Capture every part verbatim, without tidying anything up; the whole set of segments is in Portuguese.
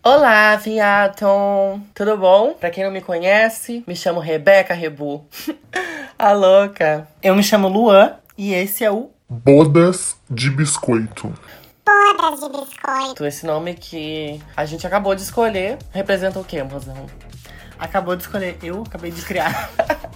Olá, viado! Tudo bom? Pra quem não me conhece, me chamo Rebeca Rebu. A louca. Eu me chamo Luan e esse é o Bodas de Biscoito. Bodas de Biscoito. Esse nome que a gente acabou de escolher representa o quê, mozão? Acabou de escolher, eu acabei de criar.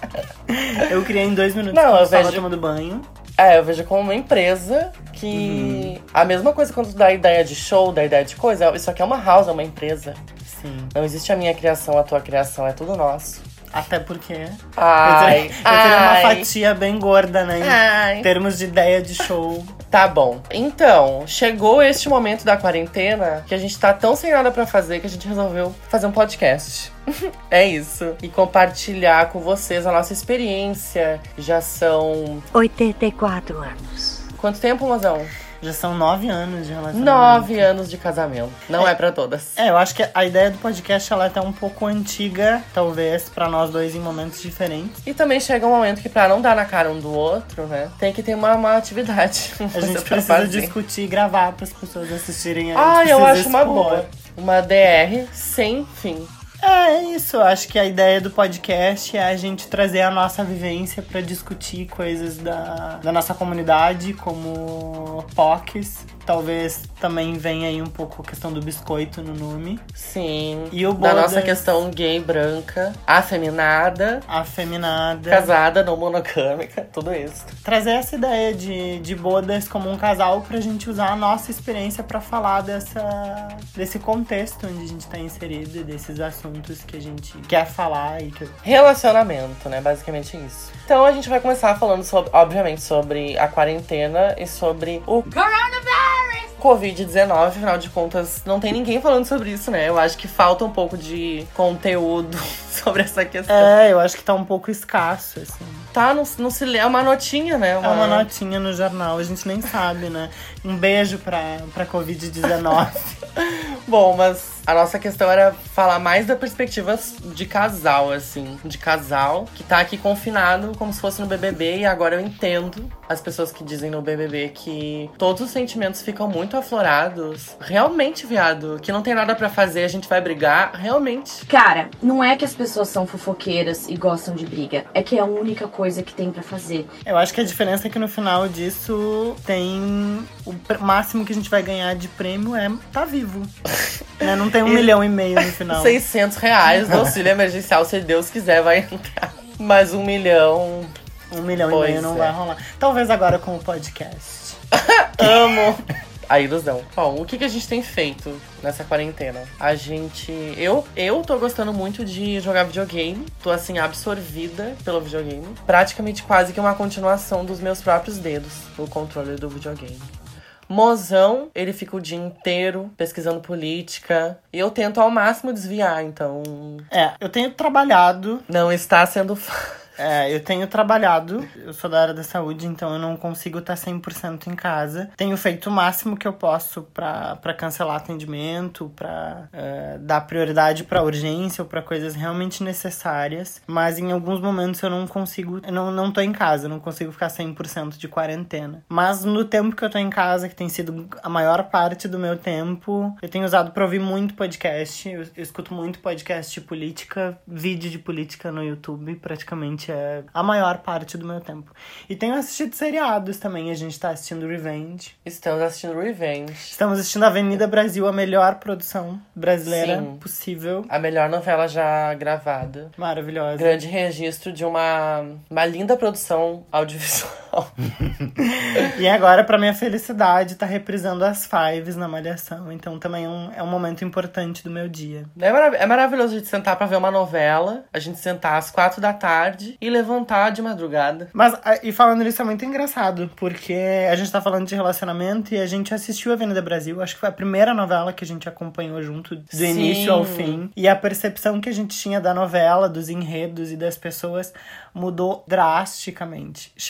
Eu criei em dois minutos. Não, eu estava vejo- tomando banho. É, eu vejo como uma empresa que... Uhum. A mesma coisa quando tu dá ideia de show, dá ideia de coisa. Isso aqui é uma house, é uma empresa. Sim. Não existe a minha criação, a tua criação, é tudo nosso. Até porque Ai, eu teria, eu teria uma ai. fatia bem gorda, né? Em Ai. termos de ideia de show. Tá bom. Então, chegou este momento da quarentena que a gente tá tão sem nada pra fazer que a gente resolveu fazer um podcast. É isso. E compartilhar com vocês a nossa experiência. Já são... oitenta e quatro anos. Quanto tempo, mozão? Já são nove anos de relacionamento. Nove anos de casamento. Não é, é pra todas. É, eu acho que a ideia do podcast ela é até um pouco antiga, talvez, pra nós dois em momentos diferentes. E também chega um momento que pra não dar na cara um do outro, né? Tem que ter uma, uma atividade. A gente precisa discutir e gravar para as pessoas assistirem. Ah, eu acho expor. uma boa. Uma D R sem fim. É, é isso. Eu acho que a ideia do podcast é a gente trazer a nossa vivência pra discutir coisas da, da nossa comunidade, como P O Cs. Talvez também venha aí um pouco a questão do biscoito no nome. Sim. E o da bodas, nossa questão gay, branca, afeminada, afeminada, casada, não monogâmica, tudo isso. Trazer essa ideia de, de bodas como um casal pra gente usar a nossa experiência pra falar dessa, desse contexto onde a gente tá inserido e desses assuntos que a gente quer falar. E que... Relacionamento, né? Basicamente isso. Então a gente vai começar falando, sobre, obviamente, sobre a quarentena e sobre o covid dezenove, afinal de contas, não tem ninguém falando sobre isso, né? Eu acho que falta um pouco de conteúdo sobre essa questão. É, eu acho que tá um pouco escasso, assim. Tá, não, não se lê, é uma notinha, né? Uma... É uma notinha no jornal, a gente nem sabe, né? Um beijo pra, pra covid dezenove. Bom, mas a nossa questão era falar mais da perspectiva de casal, assim. De casal que tá aqui confinado como se fosse no B B B. E agora eu entendo as pessoas que dizem no B B B que todos os sentimentos ficam muito aflorados. Realmente, viado, que não tem nada pra fazer, a gente vai brigar. Realmente. Cara, não é que as pessoas são fofoqueiras e gostam de briga. É que é a única coisa que tem pra fazer. Eu acho que a diferença é que no final disso tem... O máximo que a gente vai ganhar de prêmio é tá vivo. Né? Não tem um milhão e meio no final. seiscentos reais do auxílio emergencial, se Deus quiser, vai entrar. Mas um milhão... Um milhão Pois e meio não é. vai rolar. Talvez agora com o podcast. Amo! A ilusão. Bom, o que, que a gente tem feito nessa quarentena? A gente... Eu, eu tô gostando muito de jogar videogame. Tô, assim, absorvida pelo videogame. Praticamente quase que uma continuação dos meus próprios dedos no controle do videogame. Mozão, ele fica o dia inteiro pesquisando política. E eu tento ao máximo desviar, então... É, eu tenho trabalhado... Não está sendo fácil. É, eu tenho trabalhado, eu sou da área da saúde, então eu não consigo estar cem por cento em casa. Tenho feito o máximo que eu posso pra, pra cancelar atendimento, pra é, dar prioridade pra urgência ou pra coisas realmente necessárias. Mas em alguns momentos eu não consigo, eu não, não tô em casa, eu não consigo ficar cem por cento de quarentena. Mas no tempo que eu tô em casa, que tem sido a maior parte do meu tempo, eu tenho usado pra ouvir muito podcast. Eu, eu escuto muito podcast de política, vídeo de política no YouTube, praticamente é a maior parte do meu tempo. E tenho assistido seriados também. A gente tá assistindo Revenge. Estamos assistindo Revenge. Estamos assistindo Avenida Brasil, a melhor produção brasileira Sim. possível. A melhor novela já gravada. Maravilhosa. Grande registro de uma, uma linda produção audiovisual. E agora, pra minha felicidade, tá reprisando as Fives na Malhação. Então também é um, é um momento importante do meu dia. É, marav- é maravilhoso a gente sentar pra ver uma novela, a gente sentar às quatro da tarde e levantar de madrugada. Mas, e falando nisso, é muito engraçado, porque a gente tá falando de relacionamento e a gente assistiu Avenida Brasil. Acho que foi a primeira novela que a gente acompanhou junto, do Sim. início ao fim. E a percepção que a gente tinha da novela, dos enredos e das pessoas mudou drasticamente. Chegou Aham. num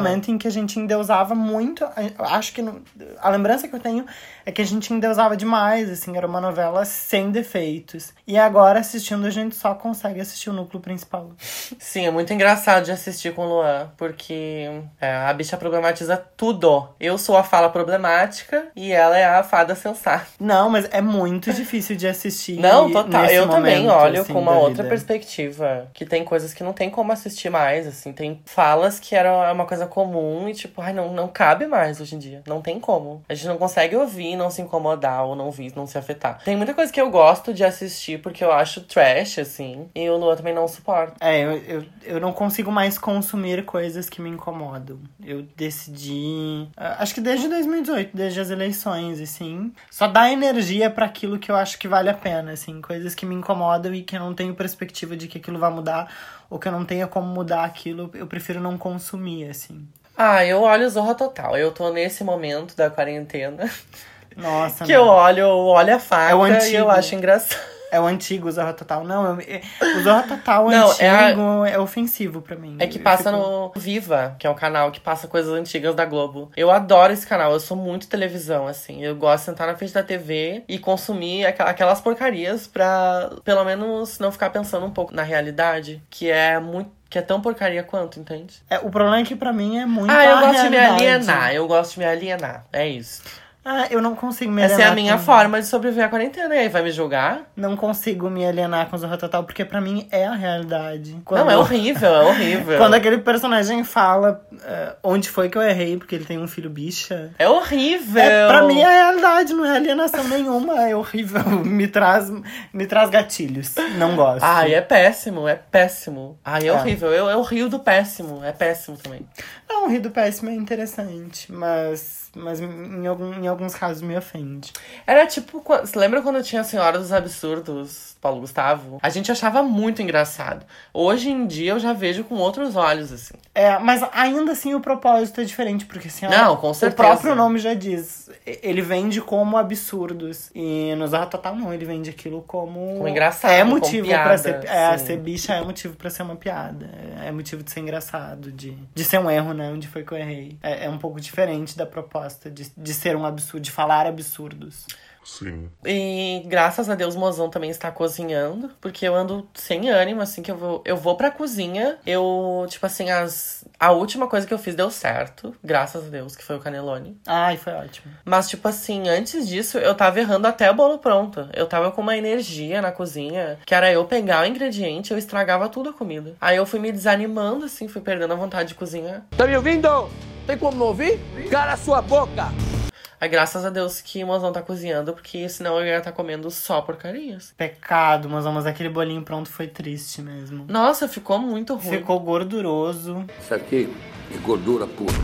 momento em que a gente endeusava muito. Eu acho que no, a lembrança que eu tenho é que a gente endeusava demais, assim, era uma novela sem defeitos. E agora, assistindo, a gente só consegue assistir o núcleo principal. Sim, é muito engraçado de assistir com o Luan, porque é, a bicha problematiza tudo. Eu sou a fala problemática e ela é a fada sensata. Não, mas é muito difícil de assistir. Não, total. Eu também momento, olho assim, com uma da outra vida. perspectiva. Que tem coisas que não tem como assistir mais, assim. Tem falas que era uma coisa comum e, tipo, ai, não, não cabe mais hoje em dia. Não tem como. A gente não consegue ouvir, não se incomodar ou não vir, não se afetar. Tem muita coisa que eu gosto de assistir porque eu acho trash, assim. E o Luan também não suporta. É, eu, eu, eu não consigo mais consumir coisas que me incomodam. Eu decidi... Acho que desde dois mil e dezoito, desde as eleições, assim. Só dá energia pra aquilo que eu acho que vale a pena, assim. Coisas que me incomodam e que eu não tenho perspectiva de que aquilo vai mudar. Ou que eu não tenha como mudar aquilo. Eu prefiro não consumir, assim. Ah, eu olho Zorra Total. Eu tô nesse momento da quarentena. Nossa, que não. eu olho, eu olho a faca É o e antigo. eu acho engraçado. É o antigo Zorra Total. Não, eu, o Zorra Total Não, antigo é, a... é ofensivo pra mim. É que Eu passa fico... no Viva, que é um canal que passa coisas antigas da Globo. Eu adoro esse canal, eu sou muito televisão, assim. Eu gosto de sentar na frente da T V e consumir aqu- aquelas porcarias pra, pelo menos, não ficar pensando um pouco na realidade, que é muito... Que é tão porcaria quanto, entende? É, o problema é que pra mim é muito Ah, eu a gosto de me realidade. alienar. Eu gosto de me alienar. É isso. Ah, eu não consigo me Essa alienar é a minha com... forma de sobreviver à quarentena. E aí, vai me julgar? Não consigo me alienar com o Zorra Total, porque pra mim é a realidade. Quando... Não, é horrível, é horrível. Quando aquele personagem fala uh, onde foi que eu errei, porque ele tem um filho bicha... É horrível! É, pra mim é a realidade, não é alienação nenhuma. É horrível, me traz, me traz gatilhos. Não gosto. Ai, é péssimo, é péssimo. Ai, é, É. horrível. Eu, eu rio do péssimo, é péssimo também. Não, o rir do péssimo é interessante, mas, mas em, algum, em alguns casos me ofende. Era tipo, quando- você lembra quando tinha a Senhora dos Absurdos, Paulo Gustavo? A gente achava muito engraçado. Hoje em dia eu já vejo com outros olhos, assim. É, mas ainda assim o propósito é diferente, porque assim, Não, com certeza. o próprio nome já diz. Ele vende como absurdos. E no Zorra Total não, ele vende aquilo como... Como engraçado, É como motivo piada, pra ser... É, sim. ser bicha é motivo pra ser uma piada. É motivo de ser engraçado, de, de ser um erro, né? Onde foi que eu errei. É, é um pouco diferente da proposta de, de ser um absurdo, de falar absurdos. Sim. E graças a Deus o Mozão também está cozinhando, porque eu ando sem ânimo, assim, que eu vou, eu vou pra cozinha, eu, tipo assim, as, a última coisa que eu fiz deu certo, graças a Deus, que foi o cannelloni. Ai, foi ótimo. Mas, tipo assim, antes disso, eu tava errando até o bolo pronto. Eu tava com uma energia na cozinha, que era eu pegar o ingrediente, eu estragava tudo a comida. Aí eu fui me desanimando, assim, fui perdendo a vontade de cozinhar. Tá me ouvindo? Tem como não ouvir? Cala a sua boca! Aí, graças a Deus que o Mozão tá cozinhando, porque senão eu ia estar comendo só porcarias. Pecado, mas, mas aquele bolinho pronto foi triste mesmo. Nossa, ficou muito ruim. Ficou gorduroso. Isso aqui é gordura pura.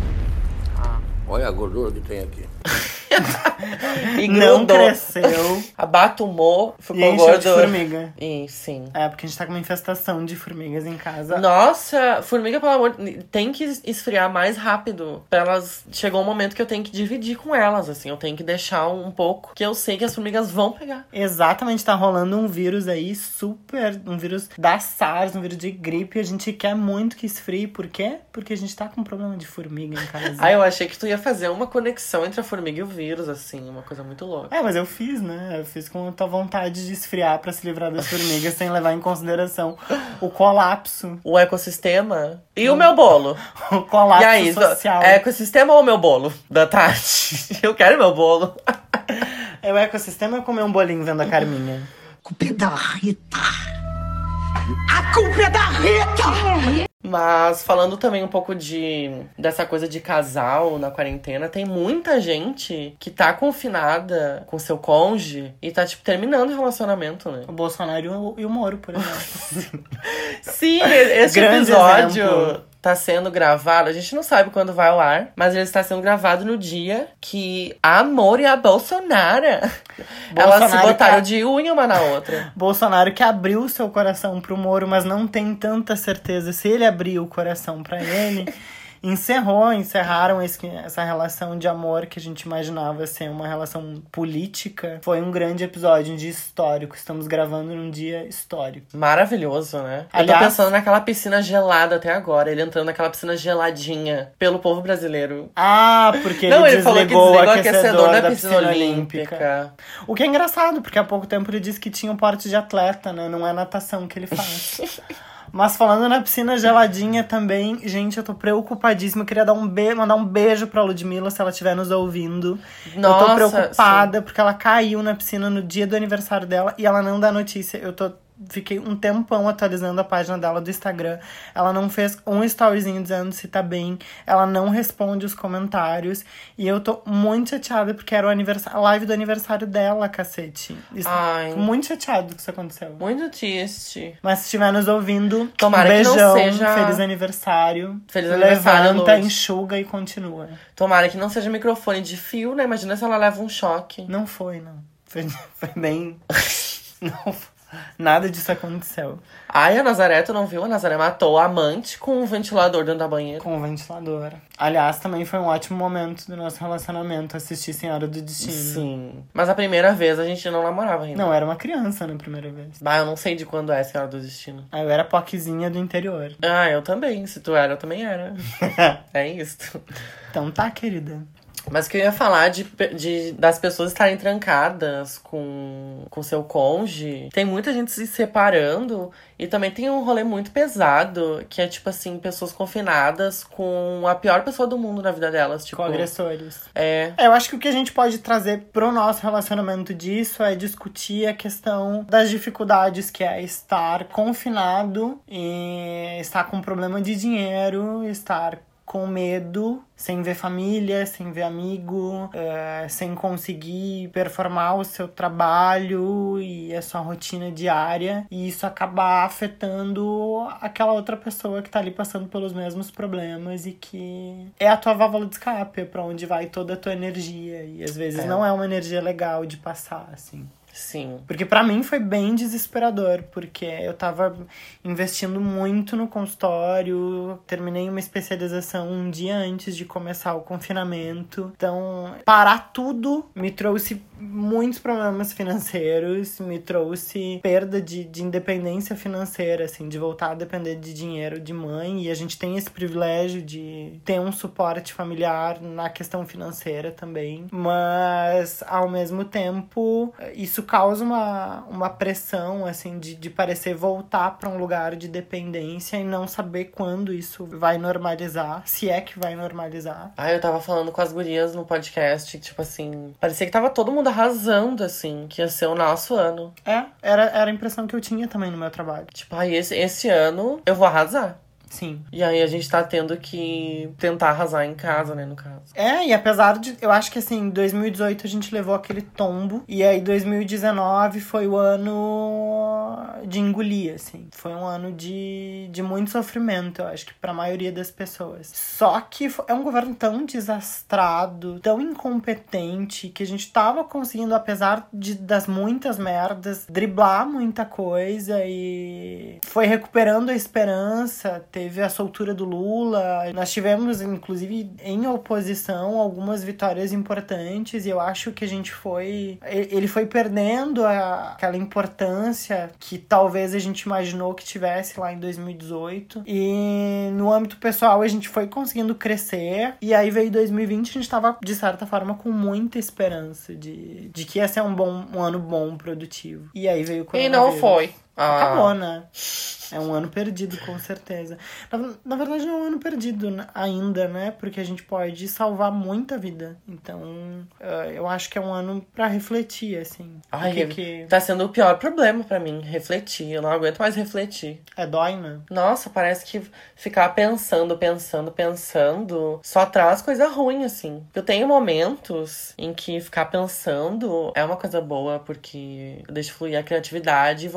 Olha a gordura que tem aqui. E Não grudou. cresceu. Abatumou, E ficou encheu gordo. de formiga. E sim. É, porque a gente tá com uma infestação de formigas em casa. Nossa, formiga, pelo amor de Deus, tem que esfriar mais rápido. Pra elas. Chegou um momento que eu tenho que dividir com elas, assim. Eu tenho que deixar um pouco, que eu sei que as formigas vão pegar. Exatamente, tá rolando um vírus aí super... Um vírus da SARS, um vírus de gripe. A gente quer muito que esfrie. Por quê? Porque a gente tá com um problema de formiga em casa. Ah, eu achei que tu ia fazer uma conexão entre a formiga e o vírus, assim. Uma coisa muito louca. É, mas eu fiz, né? Eu fiz com a tua vontade de esfriar pra se livrar das formigas sem levar em consideração o colapso. O ecossistema e o meu bolo. O colapso E aí, social. é ecossistema ou meu bolo? Da Tati. Eu quero meu bolo. É o ecossistema ou comer um bolinho vendo a Carminha? A culpa é da Rita. A culpa é da Rita! Mas falando também um pouco de dessa coisa de casal na quarentena, tem muita gente que tá confinada com seu cônjuge e tá, tipo, terminando o relacionamento, né? O Bolsonaro e o, e o Moro, por exemplo. Sim, esse Grande episódio exemplo. tá sendo gravado, a gente não sabe quando vai ao ar, mas ele está sendo gravado no dia que a Moro e a Bolsonaro, elas se botaram que... de unha uma na outra. Bolsonaro que abriu o seu coração pro Moro, mas não tem tanta certeza se ele abriu o coração pra ele. encerrou, encerraram esse, essa relação de amor que a gente imaginava ser uma relação política. Foi um grande episódio, um dia histórico. Estamos gravando num dia histórico. Maravilhoso, né? Aliás, eu tô pensando naquela piscina gelada até agora. Ele entrando naquela piscina geladinha pelo povo brasileiro. Ah, porque Não, ele, ele falou que desligou o desligou aquecedor, aquecedor da da piscina, piscina olímpica. olímpica. O que é engraçado, porque há pouco tempo ele disse que tinha um porte de atleta, né? Não é natação que ele faz. Mas falando na piscina geladinha também, gente, eu tô preocupadíssima. Eu queria dar um be- mandar um beijo pra Ludmilla, se ela estiver nos ouvindo. Nossa, eu tô preocupada, sim. Porque ela caiu na piscina no dia do aniversário dela e ela não dá notícia. Eu tô... Fiquei um tempão atualizando a página dela do Instagram. Ela não fez um storyzinho dizendo se tá bem. Ela não responde os comentários. E eu tô muito chateada porque era o aniversário, a live do aniversário dela, cacete. Isso, Ai. Muito chateado que isso aconteceu. Muito triste. Mas se estiver nos ouvindo, Tomara um beijão, que não seja... feliz aniversário. Feliz aniversário, Levanta, Lud. enxuga e continua. Tomara que não seja microfone de fio, né? Imagina se ela leva um choque. Não foi, não. Foi, foi bem... não foi. Nada disso aconteceu. Ai, a Nazaré, tu não viu? A Nazaré matou a amante com um ventilador dentro da banheira. Com um ventilador. Aliás, também foi um ótimo momento do nosso relacionamento assistir Senhora do Destino. Sim. Mas a primeira vez a gente não namorava ainda. Não, era uma criança na primeira vez. Bah, eu não sei de quando é Senhora do Destino. Ah, eu era poquezinha do interior. Ah, eu também. Se tu era, eu também era. É isso. Então tá, querida. Mas que eu ia falar de, de, das pessoas estarem trancadas com, com seu cônjuge. Tem muita gente se separando. E também tem um rolê muito pesado. Que é, tipo assim, pessoas confinadas com a pior pessoa do mundo na vida delas. Tipo, com agressores. É. Eu acho que o que a gente pode trazer pro nosso relacionamento disso é discutir a questão das dificuldades que é estar confinado. E estar com problema de dinheiro. Estar com medo, sem ver família, sem ver amigo, uh, sem conseguir performar o seu trabalho e a sua rotina diária. E isso acabar afetando aquela outra pessoa que tá ali passando pelos mesmos problemas e que é a tua válvula de escape, é pra onde vai toda a tua energia. E às vezes é. não é uma energia legal de passar, assim. Sim. Porque pra mim foi bem desesperador, porque eu tava investindo muito no consultório, terminei uma especialização um dia antes de começar o confinamento. Então, parar tudo me trouxe muitos problemas financeiros, me trouxe perda de, de independência financeira, assim, de voltar a depender de dinheiro de mãe. E a gente tem esse privilégio de ter um suporte familiar na questão financeira também. Mas, ao mesmo tempo, isso causa uma, uma pressão, assim, de, de parecer voltar para um lugar de dependência e não saber quando isso vai normalizar, se é que vai normalizar. Ah, eu tava falando com as gurias no podcast, tipo assim, parecia que tava todo mundo arrasando, assim, que ia ser o nosso ano. É, era, era a impressão que eu tinha também no meu trabalho. Tipo, ah, esse, esse ano eu vou arrasar. Sim. E aí a gente tá tendo que tentar arrasar em casa, né, no caso. É, e apesar de... Eu acho que, assim, em dois mil e dezoito a gente levou aquele tombo. E aí dois mil e dezenove foi o ano de engolir, assim. Foi um ano de, de muito sofrimento, eu acho que pra maioria das pessoas. Só que é um governo tão desastrado, tão incompetente, que a gente tava conseguindo, apesar de, das muitas merdas, driblar muita coisa e foi recuperando a esperança. Teve a soltura do Lula. Nós tivemos, inclusive, em oposição, algumas vitórias importantes. E eu acho que a gente foi... Ele foi perdendo a, aquela importância que talvez a gente imaginou que tivesse lá em dois mil e dezoito. E no âmbito pessoal, a gente foi conseguindo crescer. E aí veio dois mil e vinte, a gente estava, de certa forma, com muita esperança de, de que ia ser um, bom, um ano bom, produtivo. E aí veio o coronavírus. E não foi. Ah. Acabou, né? É um ano perdido, com certeza. Na, na verdade, não é um ano perdido ainda, né? Porque a gente pode salvar muita vida. Então, uh, eu acho que é um ano pra refletir, assim. Ai, que, que... tá sendo o pior problema pra mim, refletir. Eu não aguento mais refletir. É, dói, né? Nossa, parece que ficar pensando, pensando, pensando só traz coisa ruim, assim. Eu tenho momentos em que ficar pensando é uma coisa boa, porque eu deixo fluir a criatividade e vou criando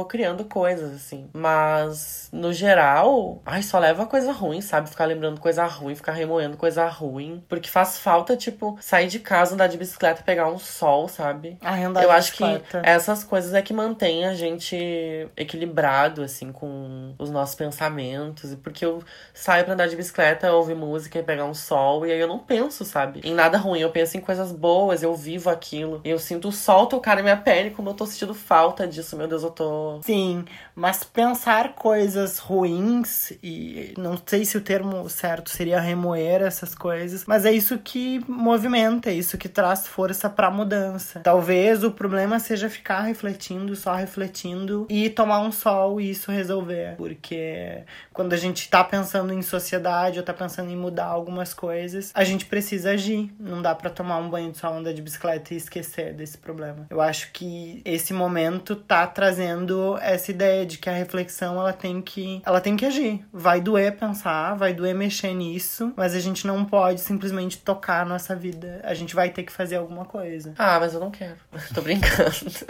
remoendo coisas, assim. Mas, no geral, ai, só leva coisa ruim, sabe? Ficar lembrando coisa ruim, ficar remoendo coisa ruim. Porque faz falta, tipo, sair de casa, andar de bicicleta, pegar um sol, sabe? Ah, andar Eu de acho bicicleta. que essas coisas é que mantém a gente equilibrado, assim, com os nossos pensamentos. E porque eu saio pra andar de bicicleta, ouvir música e pegar um sol, e aí eu não penso, sabe? Em nada ruim, eu penso em coisas boas, eu vivo aquilo. E eu sinto o sol tocar na minha pele, como eu tô sentindo falta disso. Meu Deus, eu tô... Sim, mas pensar coisas ruins, e não sei se o termo certo seria remoer essas coisas, mas é isso que movimenta, é isso que traz força pra mudança. Talvez o problema seja ficar refletindo, só refletindo, e tomar um sol e isso resolver. Porque quando a gente tá pensando em sociedade ou tá pensando em mudar algumas coisas, a gente precisa agir. Não dá pra tomar um banho de sol, andar de bicicleta e esquecer desse problema. Eu acho que esse momento tá trazendo essa ideia de que a reflexão, ela tem que, ela tem que agir. Vai doer pensar, vai doer mexer nisso, mas a gente não pode simplesmente tocar a nossa vida. A gente vai ter que fazer alguma coisa. Ah, mas eu não quero. Tô brincando.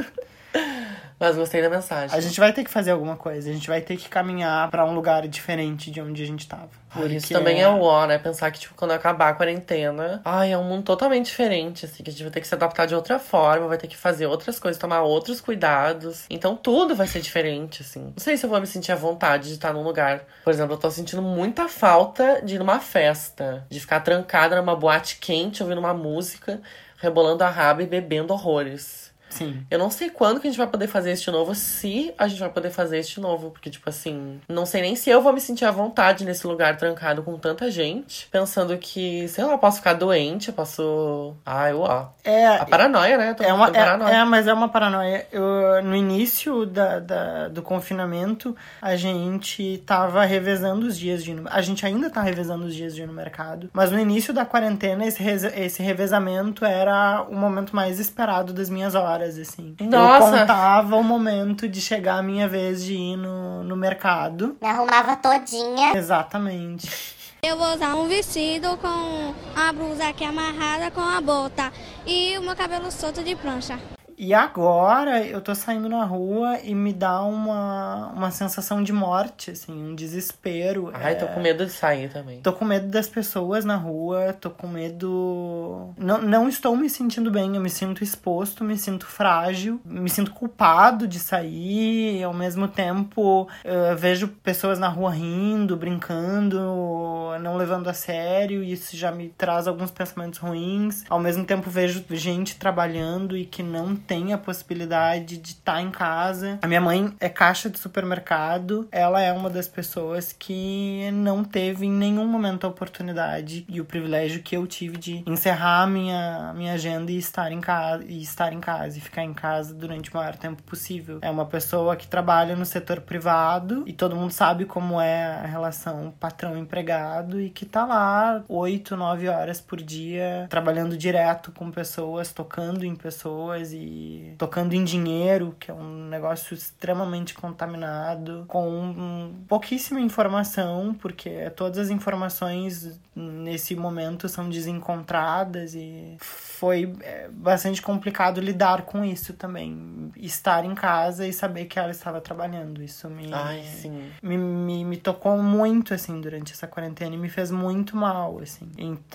Mas gostei da mensagem. A gente vai ter que fazer alguma coisa. A gente vai ter que caminhar pra um lugar diferente de onde a gente tava. Porque isso também é o ó, né? Pensar que, tipo, quando acabar a quarentena, ai, é um mundo totalmente diferente, assim, que a gente vai ter que se adaptar de outra forma, vai ter que fazer outras coisas, tomar outros cuidados. Então tudo vai ser diferente, assim. Não sei se eu vou me sentir à vontade de estar num lugar. Por exemplo, eu tô sentindo muita falta de ir numa festa, de ficar trancada numa boate quente, ouvindo uma música, rebolando a raba e bebendo horrores. Sim. Eu não sei quando que a gente vai poder fazer isso de novo, se a gente vai poder fazer isso de novo. Porque, tipo assim, não sei nem se eu vou me sentir à vontade nesse lugar trancado com tanta gente. Pensando que, sei lá, eu posso ficar doente, eu posso... Ai, uó. É, a paranoia, né? Eu tô é, uma, ficando paranoia. É, é, mas é uma paranoia. Eu, no início da, da, do confinamento, a gente tava revezando os dias de ir no... A gente ainda tá revezando os dias de ir no mercado. Mas no início da quarentena, esse, reze, esse revezamento era o momento mais esperado das minhas horas. Assim. Nossa. Eu contava o momento de chegar a minha vez de ir no, no mercado. Me arrumava todinha. Exatamente. Eu vou usar um vestido com a blusa aqui amarrada com a bota e o meu cabelo solto de prancha. E agora eu tô saindo na rua e me dá uma, uma sensação de morte, assim, um desespero. Ai, tô é... com medo de sair também. Tô com medo das pessoas na rua, tô com medo... Não, não estou me sentindo bem, eu me sinto exposto, me sinto frágil, me sinto culpado de sair, e ao mesmo tempo eu vejo pessoas na rua rindo, brincando, não levando a sério, e isso já me traz alguns pensamentos ruins. Ao mesmo tempo vejo gente trabalhando e que não tem a possibilidade de estar em casa. A minha mãe é caixa de supermercado. Ela é uma das pessoas que não teve em nenhum momento a oportunidade e o privilégio que eu tive de encerrar a minha, minha agenda e estar em casa, e estar em casa e ficar em casa durante o maior tempo possível. É uma pessoa que trabalha no setor privado e todo mundo sabe como é a relação patrão-empregado e que tá lá oito, nove horas por dia trabalhando direto com pessoas, tocando em pessoas e tocando em dinheiro, que é um negócio extremamente contaminado, com um, pouquíssima informação, porque todas as informações nesse momento são desencontradas e foi bastante complicado lidar com isso também. Estar em casa e saber que ela estava trabalhando. Isso me, Ai, sim. me, me, me tocou muito, assim, durante essa quarentena e me fez muito mal, assim.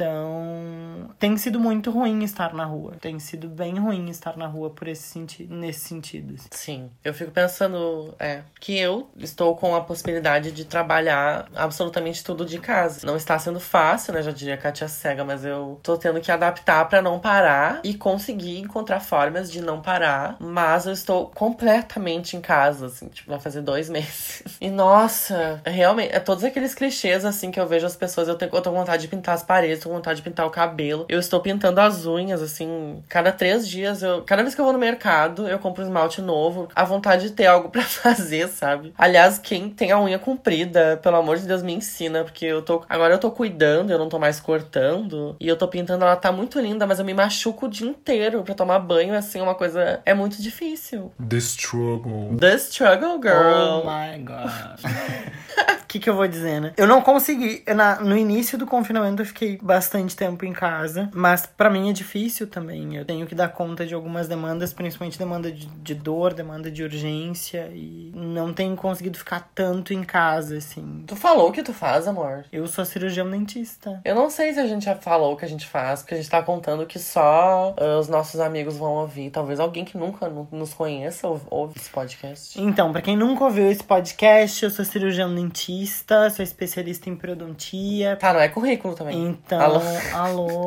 Então, tem sido muito ruim estar na rua. Tem sido bem ruim estar na rua por esse sentido, nesse sentido. Assim. Sim. Eu fico pensando, é, que eu estou com a possibilidade de trabalhar absolutamente tudo de casa. Não está sendo fácil, né? Já diria a Kátia Cega, mas eu tô tendo que adaptar pra não parar e conseguir encontrar formas de não parar. Mas eu estou completamente em casa, assim, tipo, vai fazer dois meses. E, nossa, realmente, é todos aqueles clichês, assim, que eu vejo as pessoas, eu, tenho, eu tô com vontade de pintar as paredes, tô com vontade de pintar o cabelo. Eu estou pintando as unhas, assim, cada três dias, eu... Cada vez que eu vou no mercado, eu compro um esmalte novo. A vontade de ter algo pra fazer, sabe? Aliás, quem tem a unha comprida, pelo amor de Deus, me ensina, porque eu tô... Agora eu tô cuidando, eu não tô mais cortando. E eu tô pintando, ela tá muito linda, mas eu me machuco o dia inteiro pra tomar banho, assim, uma coisa... É muito difícil. The struggle. The struggle, girl. Oh my God. que que eu vou dizer, né? Eu não consegui. Na, no início do confinamento eu fiquei bastante tempo em casa, mas pra mim é difícil também. Eu tenho que dar conta de algumas demandas, principalmente demanda de, de dor, demanda de urgência, e não tenho conseguido ficar tanto em casa, assim. Tu falou o que tu faz, amor? Eu sou cirurgião dentista. Eu não sei se a gente já falou o que a gente faz, porque a gente tá contando que só uh, os nossos amigos vão ouvir. Talvez alguém que nunca nos conheça ou, ouve esse podcast. Então, pra quem nunca ouviu esse podcast, eu sou cirurgião dentista, sou especialista em periodontia. Tá, não é currículo também. Então, alô. alô.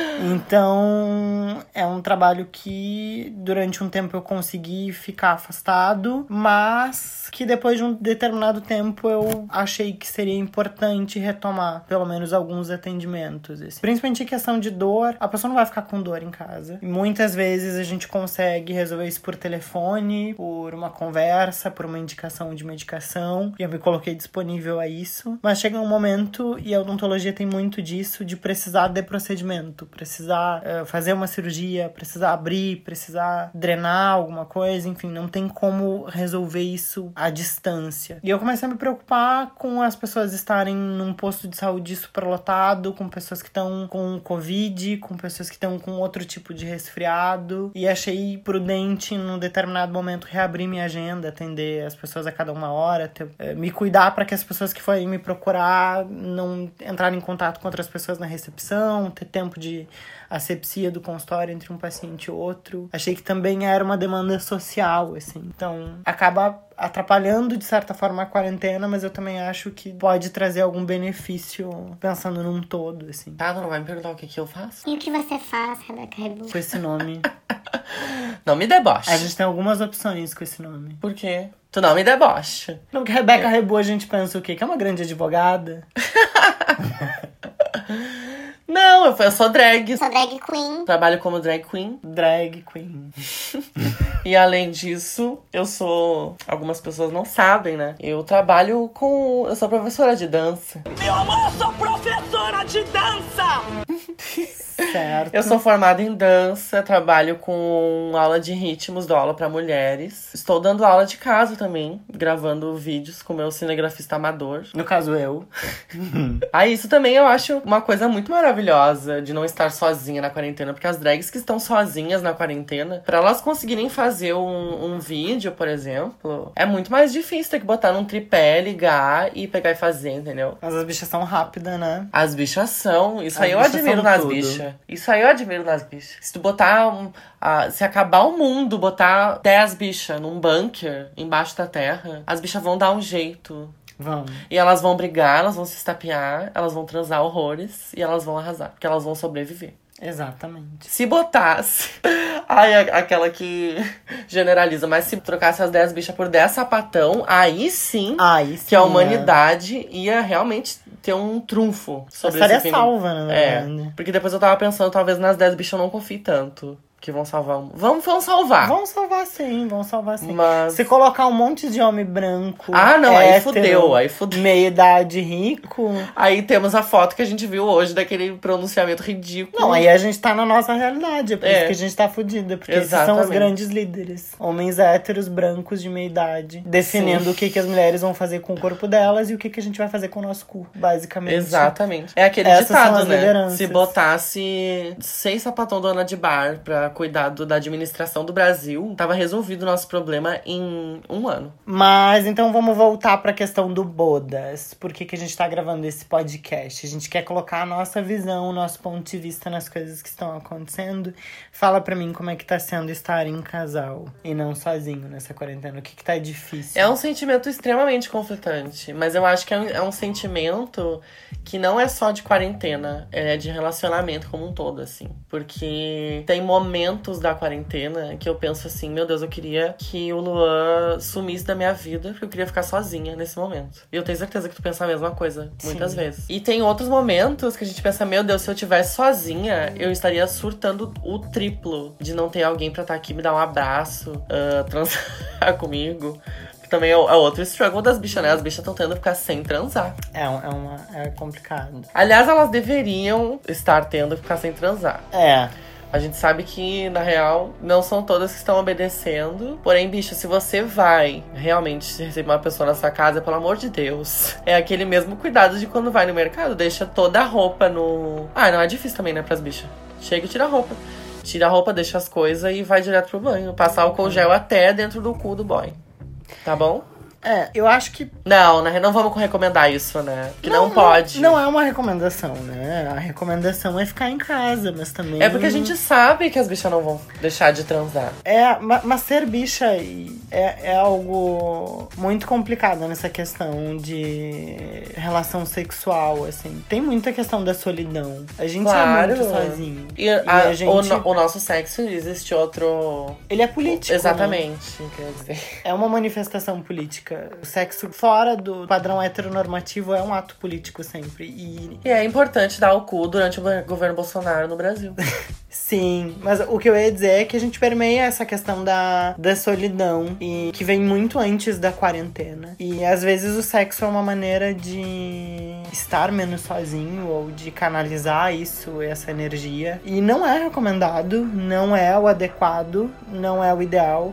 Então, é um trabalho que durante um tempo eu consegui ficar afastado, mas que depois de um determinado tempo eu achei que seria importante retomar pelo menos alguns atendimentos. Assim. Principalmente em questão de dor, a pessoa não vai ficar com dor em casa. E muitas vezes a gente consegue resolver isso por telefone, por uma conversa, por uma indicação de medicação. E eu me coloquei disponível a isso. Mas chega um momento, e a odontologia tem muito disso, de precisar de procedimento. Precisar uh, fazer uma cirurgia, precisar abrir, precisar drenar alguma coisa. Enfim, não tem como resolver isso à distância. E eu comecei a me preocupar com as pessoas estarem num posto de saúde superlotado, com pessoas que estão com Covid, com pessoas que estão com outro tipo de resfriado. E achei prudente, num determinado momento, reabrir minha agenda, atender as pessoas a cada uma hora, ter, eh, me cuidar para que as pessoas que forem me procurar não entrarem em contato com outras pessoas na recepção, ter tempo de asepsia do consultório entre um paciente e outro. Achei que também era uma demanda social, assim. Então, acaba atrapalhando, de certa forma, a quarentena, mas eu também acho que pode trazer algum benefício pensando num todo, assim. Tá, tu não vai me perguntar o que que eu faço? E o que você faz, Rebeca Rebu? Com esse nome. Não me deboche. A gente tem algumas opções com esse nome. Por quê? Tu não me deboche. Não, porque Rebeca Rebu a gente pensa o quê? Que é uma grande advogada? Não, eu sou drag. Sou drag queen. Trabalho como drag queen. Drag queen. E além disso, eu sou... Algumas pessoas não sabem, né? Eu trabalho com... Eu sou professora de dança. Meu amor, sou professora de dança! Certo. Eu sou formada em dança, trabalho com aula de ritmos, dou aula pra mulheres. Estou dando aula de casa também, gravando vídeos com meu cinegrafista amador. No caso, eu. Ah, isso também eu acho uma coisa muito maravilhosa de não estar sozinha na quarentena, porque as drags que estão sozinhas na quarentena, pra elas conseguirem fazer um, um vídeo, por exemplo, é muito mais difícil ter que botar num tripé, ligar e pegar e fazer, entendeu? Mas as bichas são rápidas, né? As bichas são. Isso As aí eu bichas admiro são nas tudo. bichas. Isso aí eu admiro nas bichas. Se tu botar... Um, uh, se acabar o mundo, botar dez bichas num bunker embaixo da terra, as bichas vão dar um jeito. Vão. E elas vão brigar, elas vão se estapear, elas vão transar horrores e elas vão arrasar. Porque elas vão sobreviver. Exatamente. Se botasse... Ai, aquela que generaliza. Mas se trocasse as dez bichas por dez sapatão, aí sim, aí sim que a humanidade é. ia realmente ter um trunfo sobre essa esse estaria salva, na verdade. É, porque depois eu tava pensando, talvez nas dez bichas eu não confie tanto. Que vão salvar um... Vamos, vão salvar. Vão salvar sim, vão salvar sim. Mas... Se colocar um monte de homem branco... Ah, não, hétero, aí fudeu, aí fudeu. Meia-idade rico... Aí temos a foto que a gente viu hoje, daquele pronunciamento ridículo. Não, aí a gente tá na nossa realidade, é por É. isso que a gente tá fudida. Porque esses são Exatamente. os grandes líderes. Homens héteros, brancos, de meia-idade. Definindo Sim. o que, que as mulheres vão fazer com o corpo delas e o que, que a gente vai fazer com o nosso cu, basicamente. Exatamente. É aquele Essas são ditado, as né? lideranças. Se botasse seis sapatão dona de bar pra cuidar do, da administração do Brasil, tava resolvido o nosso problema em um ano. Mas então vamos voltar pra questão do Bodas. Por que, que a gente tá gravando esse podcast? A gente quer colocar a nossa visão, o nosso ponto de vista nas coisas que estão acontecendo. Fala pra mim como é que tá sendo estar em casal e não sozinho nessa quarentena. O que que tá difícil? É um sentimento extremamente conflitante, mas eu acho que é um, é um sentimento que não é só de quarentena, é de relacionamento como um todo, assim. Porque tem momentos da quarentena que eu penso assim, meu Deus, eu queria que o Luan sumisse da minha vida, porque eu queria ficar sozinha nesse momento. E eu tenho certeza que tu pensa a mesma coisa, muitas Sim. vezes. E tem outros momentos que a gente pensa, meu Deus, se eu tivesse sozinha, eu estaria surtando o triplo de não ter alguém pra estar aqui, me dar um abraço, uh, transar comigo. Que também é outro struggle das bichas, né? As bichas estão tendo que ficar sem transar. É, um- é, uma, é complicado. Aliás, elas deveriam estar tendo que ficar sem transar. É. A gente sabe que, na real, não são todas que estão obedecendo. Porém, bicho, se você vai realmente receber uma pessoa na sua casa, pelo amor de Deus, é aquele mesmo cuidado de quando vai no mercado. Deixa toda a roupa no... Ah, não é difícil também, né, pras bichas. Chega e tira a roupa. Tira a roupa, deixa as coisas e vai direto pro banho. Passar álcool gel até dentro do cu do boy. Tá bom? É, eu acho que... Não, né? Não vamos recomendar isso, né? Que não, não pode. Não, não é uma recomendação, né? A recomendação é ficar em casa, mas também... É porque a gente sabe que as bichas não vão deixar de transar. É, mas ser bicha é, é algo muito complicado nessa questão de relação sexual, assim. Tem muita questão da solidão. A gente claro. é muito sozinho. E, a, e a gente... o, no, o nosso sexo, existe outro... Ele é político. Exatamente, né? Quer dizer. É uma manifestação política. O sexo fora do padrão heteronormativo é um ato político sempre. E, e é importante dar o cu durante o governo Bolsonaro no Brasil. Sim, mas o que eu ia dizer é que a gente permeia essa questão da, da solidão e que vem muito antes da quarentena. E às vezes o sexo é uma maneira de estar menos sozinho ou de canalizar isso, essa energia. E não é recomendado, não é o adequado, não é o ideal,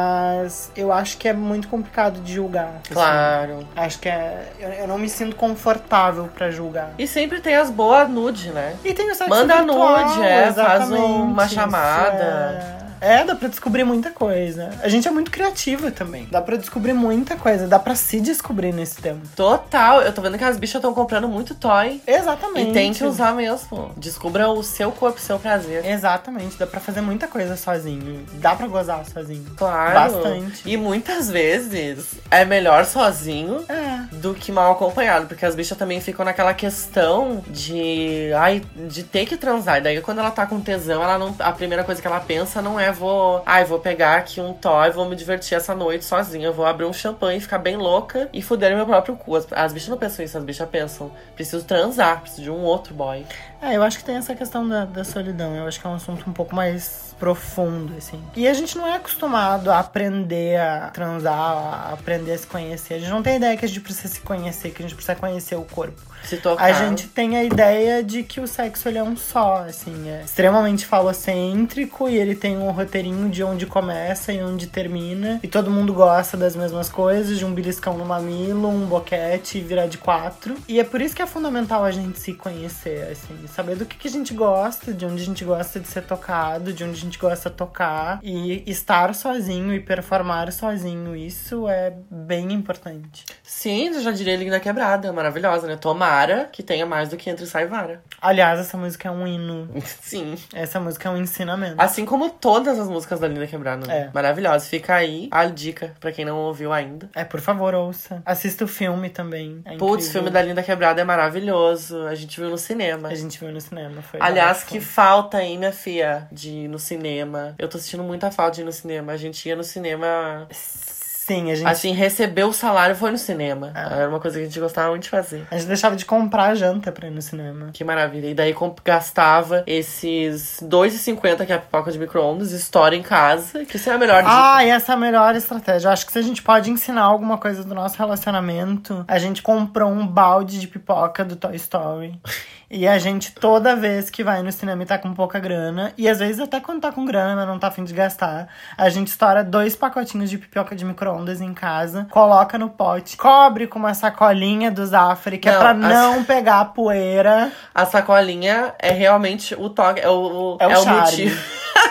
mas eu acho que é muito complicado de julgar. Claro. Assim. Acho que é... Eu, eu não me sinto confortável pra julgar. E sempre tem as boas nude, né? E tem o sexo Manda virtual, nude, é, exatamente. faz uma chamada. É... É, dá pra descobrir muita coisa. A gente é muito criativa também. Dá pra descobrir muita coisa. Dá pra se descobrir nesse tempo. Total. Eu tô vendo que as bichas estão comprando muito toy. Exatamente. E tem que usar mesmo. Descubra o seu corpo, o seu prazer. Exatamente. Dá pra fazer muita coisa sozinho. Dá pra gozar sozinho. Claro. Bastante. E muitas vezes é melhor sozinho é. do que mal acompanhado. Porque as bichas também ficam naquela questão de... Ai, de ter que transar. E daí quando ela tá com tesão, ela não, a primeira coisa que ela pensa não é vou... Ai, vou pegar aqui um toy, vou me divertir essa noite sozinha. Vou abrir um champanhe e ficar bem louca e fuder meu próprio cu. As, as bichas não pensam isso, as bichas pensam, preciso transar, preciso de um outro boy. É, eu acho que tem essa questão da, da solidão. Eu acho que é um assunto um pouco mais profundo, assim. E a gente não é acostumado a aprender a transar, a aprender a se conhecer. A gente não tem ideia que a gente precisa se conhecer, que a gente precisa conhecer o corpo. Se tocar. A gente tem a ideia de que o sexo, ele é um só, assim. É extremamente falocêntrico e ele tem um roteirinho de onde começa e onde termina. E todo mundo gosta das mesmas coisas, de um beliscão no mamilo, um boquete e virar de quatro. E é por isso que é fundamental a gente se conhecer, assim. Saber do que, que a gente gosta, de onde a gente gosta de ser tocado, de onde a gente gosta de tocar. E estar sozinho e performar sozinho, isso é bem importante. Sim, eu já diria Linda Quebrada, maravilhosa, né? Tomara que tenha mais do que Entra e Sai Vara. Aliás, essa música é um hino. Sim. Essa música é um ensinamento. Assim como todas as músicas da Linda Quebrada, né? É. Maravilhosa. Fica aí a dica pra quem não ouviu ainda. É, por favor, ouça. Assista o filme também. É Putz, o filme da Linda Quebrada é maravilhoso. A gente viu no cinema. A gente viu no cinema, foi. Aliás, barato. que falta aí, minha filha, de ir no cinema. Eu tô sentindo muita falta de ir no cinema. A gente ia no cinema... Sim, a gente... Assim, recebeu o salário e foi no cinema. Ah. Era uma coisa que a gente gostava muito de fazer. A gente deixava de comprar a janta pra ir no cinema. Que maravilha. E daí gastava esses dois reais e cinquenta centavos que é a pipoca de micro-ondas, estoura em casa, que isso é a melhor dica. Ah, e essa é a melhor estratégia. Eu acho que se a gente pode ensinar alguma coisa do nosso relacionamento, a gente comprou um balde de pipoca do Toy Story. E a gente, toda vez que vai no cinema e tá com pouca grana, e às vezes até quando tá com grana, mas não tá a fim de gastar, a gente estoura dois pacotinhos de pipoca de micro-ondas em casa, coloca no pote, cobre com uma sacolinha do Zafari, que não, é pra não a... pegar a poeira. A sacolinha é realmente o toque, é o, é o, é o motivo.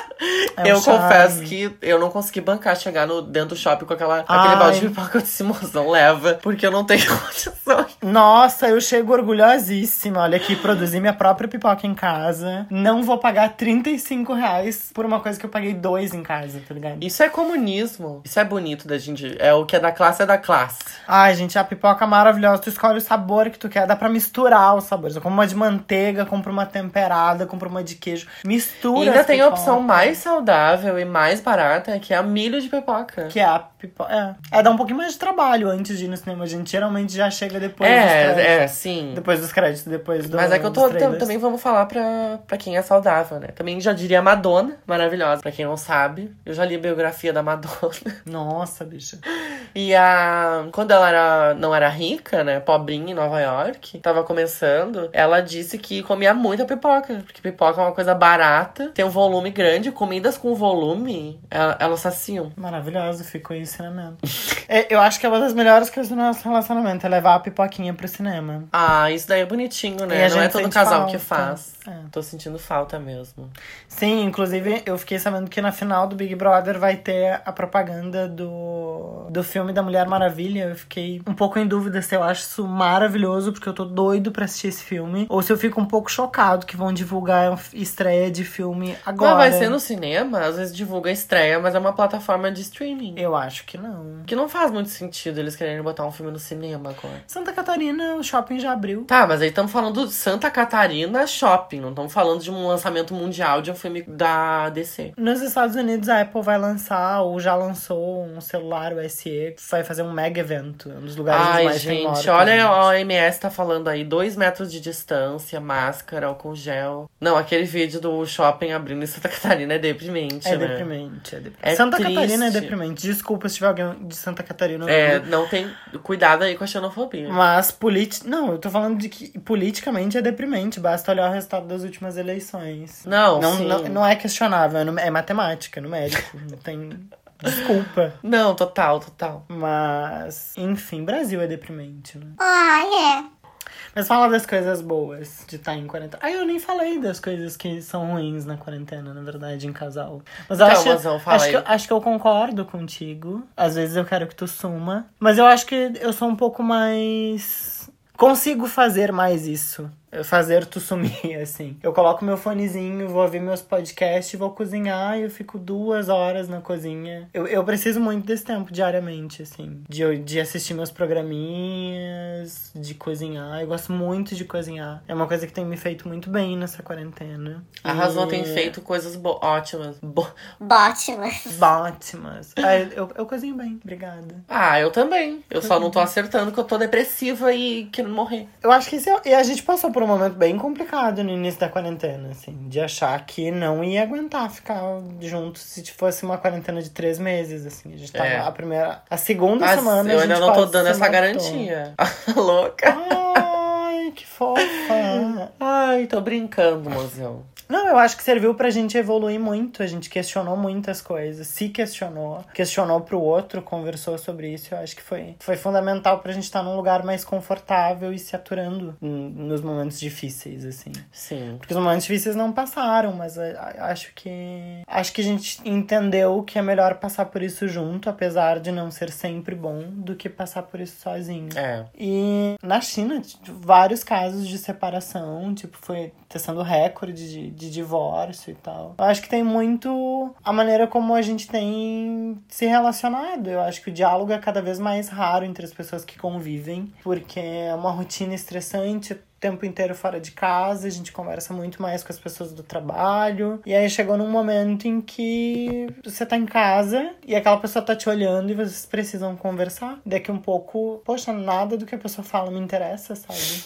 É eu charme. confesso que eu não consegui bancar chegar no, dentro do shopping com aquela, aquele balde de pipoca. Eu disse, mozão, leva, porque eu não tenho condições. Nossa, eu chego orgulhosíssima. Olha aqui, produzi minha própria pipoca em casa. Não vou pagar trinta e cinco reais por uma coisa que eu paguei dois em casa, tá ligado? Isso é comunismo. Isso é bonito da gente. É o que é da classe, é da classe. Ai, gente, a pipoca é maravilhosa. Tu escolhe o sabor que tu quer. Dá pra misturar os sabores. Eu compro uma de manteiga, compro uma temperada, compro uma de queijo. Mistura. E ainda tem pipoca. a opção mais mais saudável e mais barata é que é a milho de pipoca. Que é a pipoca. É. é, dá um pouquinho mais de trabalho antes de ir no cinema. A gente geralmente já chega depois é, dos créditos. É, sim. Depois dos créditos, depois do Mas é que eu tô, tam, também vamos falar pra, pra quem é saudável, né? Também já diria Madonna, maravilhosa. Pra quem não sabe, eu já li a biografia da Madonna. Nossa, bicha. E a... quando ela era, não era rica, né? Pobrinha em Nova York, tava começando, ela disse que comia muita pipoca. Porque pipoca é uma coisa barata, tem um volume grande. Comidas com volume, elas saciam. Maravilhoso, ficou aí o ensinamento. é, eu acho que é uma das melhores coisas do nosso relacionamento, é levar a pipoquinha pro cinema. Ah, isso daí é bonitinho, né? Não é todo casal falta. que faz. É. Tô sentindo falta mesmo. Sim, inclusive eu fiquei sabendo que na final do Big Brother vai ter a propaganda do, do filme da Mulher Maravilha. Eu fiquei um pouco em dúvida se eu acho isso maravilhoso, porque eu tô doido pra assistir esse filme, ou se eu fico um pouco chocado que vão divulgar a estreia de filme agora. Não, vai ser no cinema, às vezes divulga a estreia, mas é uma plataforma de streaming. Eu acho que não. Que não faz muito sentido eles quererem botar um filme no cinema agora. Santa Catarina, o shopping já abriu. Tá, mas aí estamos falando de Santa Catarina Shopping, não estamos falando de um lançamento mundial de um filme da D C. Nos Estados Unidos, a Apple vai lançar, ou já lançou, um celular U S E, que vai fazer um mega evento. Um dos lugares Ai, mais gente, olha, a O M S tá falando aí, dois metros de distância, máscara, álcool gel. Não, aquele vídeo do shopping abrindo em Santa Catarina é deprimente, é né? Deprimente, é deprimente. É Santa triste. Catarina é deprimente. Desculpa se tiver alguém de Santa Catarina. É, não tem... Cuidado aí com a xenofobia. Mas politi... Não, eu tô falando de que politicamente é deprimente. Basta olhar o resultado das últimas eleições. Não, não sim. Não, não é questionável, é matemática, numérico. Não tem... Desculpa. Não, total, total. Mas, enfim, Brasil é deprimente, né? Ah, é. Mas fala das coisas boas de estar em quarentena. Ah, eu nem falei das coisas que são ruins na quarentena, na verdade, em casal. Mas eu então, acho, mas eu falei. acho, que, acho que eu concordo contigo. Às vezes eu quero que tu suma. Mas eu acho que eu sou um pouco mais... Consigo fazer mais isso. Fazer tu sumir, assim. Eu coloco meu fonezinho, vou ouvir meus podcasts, vou cozinhar e eu fico duas horas na cozinha. Eu, eu preciso muito desse tempo diariamente, assim. De, de assistir meus programinhas, de cozinhar. Eu gosto muito de cozinhar. É uma coisa que tem me feito muito bem nessa quarentena. A Razão tem feito coisas bo- ótimas. Bo- Ótimas. Ótimas. Ah, eu, eu cozinho bem, obrigada. Ah, eu também. Eu só não tô acertando que eu tô depressiva e querendo morrer. Eu acho que esse é, e a gente passou por um momento bem complicado no início da quarentena, assim. De achar que não ia aguentar ficar juntos se fosse uma quarentena de três meses, assim. A gente tava É. a primeira... A segunda Mas semana eu a gente ainda não tô quase dando se essa matou. garantia. Louca. Ai, que fofa. Ai, tô brincando, mozão. Não, eu acho que serviu pra gente evoluir muito. A gente questionou muitas coisas. Se questionou. Questionou pro outro, conversou sobre isso. Eu acho que foi, foi fundamental pra gente estar num lugar mais confortável e se aturando n- nos momentos difíceis, assim. Sim. Porque os momentos difíceis não passaram, mas a- a- acho que... Acho que a gente entendeu que é melhor passar por isso junto, apesar de não ser sempre bom, do que passar por isso sozinho. É. E na China, tipo, vários casos de separação, tipo, foi testando recorde de, de divórcio e tal. Eu acho que tem muito a maneira como a gente tem se relacionado. Eu acho que o diálogo é cada vez mais raro entre as pessoas que convivem, porque é uma rotina estressante, o tempo inteiro fora de casa, a gente conversa muito mais com as pessoas do trabalho. E aí chegou num momento em que você tá em casa e aquela pessoa tá te olhando e vocês precisam conversar. Daqui um pouco, poxa, nada do que a pessoa fala me interessa, sabe?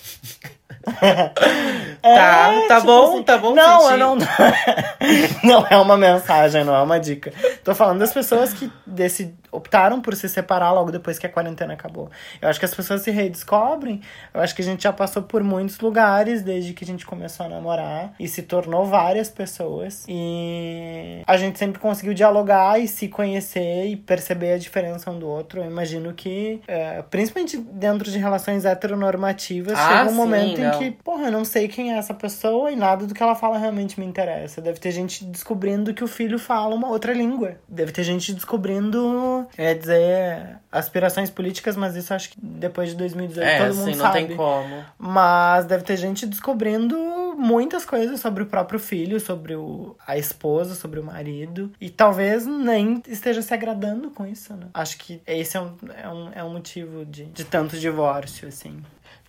é, Tá, tá tipo bom, assim, tá bom Não, sentir. eu não... não é uma mensagem, não é uma dica. Tô falando das pessoas que desse, optaram por se separar logo depois que a quarentena acabou. Eu acho que as pessoas se redescobrem. Eu acho que a gente já passou por muitos lugares desde que a gente começou a namorar e se tornou várias pessoas. E a gente sempre conseguiu dialogar e se conhecer e perceber a diferença um do outro. Eu imagino que, é, principalmente dentro de relações heteronormativas, Ah, chega um sim, momento não. em que, porra, eu não sei quem é essa pessoa e nada do que ela fala realmente me interessa. Deve ter gente descobrindo que o filho fala uma outra língua. Deve ter gente descobrindo, é dizer, aspirações políticas, mas isso acho que depois de dois mil e dezoito É, todo mundo sim, não sabe. tem como. Mas deve ter gente descobrindo muitas coisas sobre o próprio filho, sobre o, a esposa, sobre o marido. E talvez nem esteja se agradando com isso, né? Acho que esse é um, é um, é um motivo de, de tanto divórcio, assim.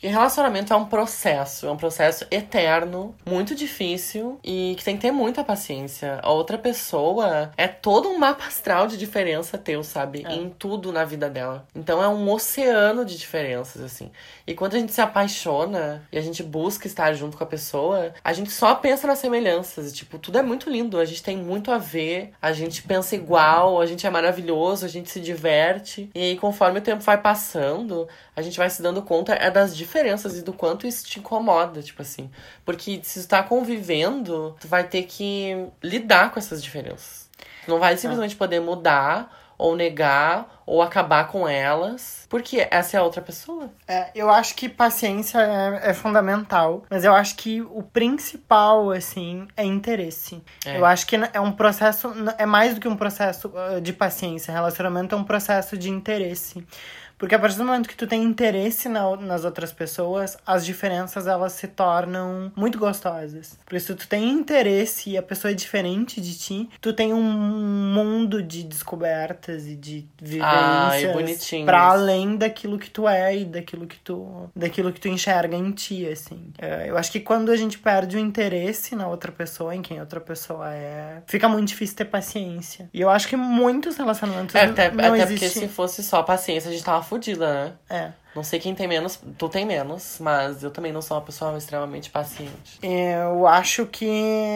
E relacionamento é um processo, é um processo eterno, muito difícil e que tem que ter muita paciência. A outra pessoa é todo um mapa astral de diferença teu, sabe? É. Em tudo na vida dela. Então é um oceano de diferenças, assim. E quando a gente se apaixona e a gente busca estar junto com a pessoa, a gente só pensa nas semelhanças. Tipo, tudo é muito lindo, a gente tem muito a ver, a gente pensa igual, a gente é maravilhoso, a gente se diverte. E aí, conforme o tempo vai passando, a gente vai se dando conta é das diferenças e do quanto isso te incomoda, tipo assim. Porque se tu tá convivendo, tu vai ter que lidar com essas diferenças. Tu não vai simplesmente poder mudar ou negar, ou acabar com elas, porque essa é a outra pessoa. É, eu acho que paciência é, é fundamental, mas eu acho que o principal, assim, é interesse. É. Eu acho que é um processo, é mais do que um processo de paciência. Relacionamento é um processo de interesse. Porque a partir do momento que tu tem interesse na, nas outras pessoas, as diferenças, elas se tornam muito gostosas. Por isso, tu tem interesse e a pessoa é diferente de ti, tu tem um mundo de descobertas e de vivências ah, para além daquilo que tu é e daquilo que tu, daquilo que tu enxerga em ti, assim. Eu acho que quando a gente perde o interesse na outra pessoa, em quem a outra pessoa é, fica muito difícil ter paciência. E eu acho que muitos relacionamentos é, até, não até existe... porque se fosse só paciência, a gente tava fudida, né? É. Não sei quem tem menos, tu tem menos, mas eu também não sou uma pessoa extremamente paciente. Eu acho que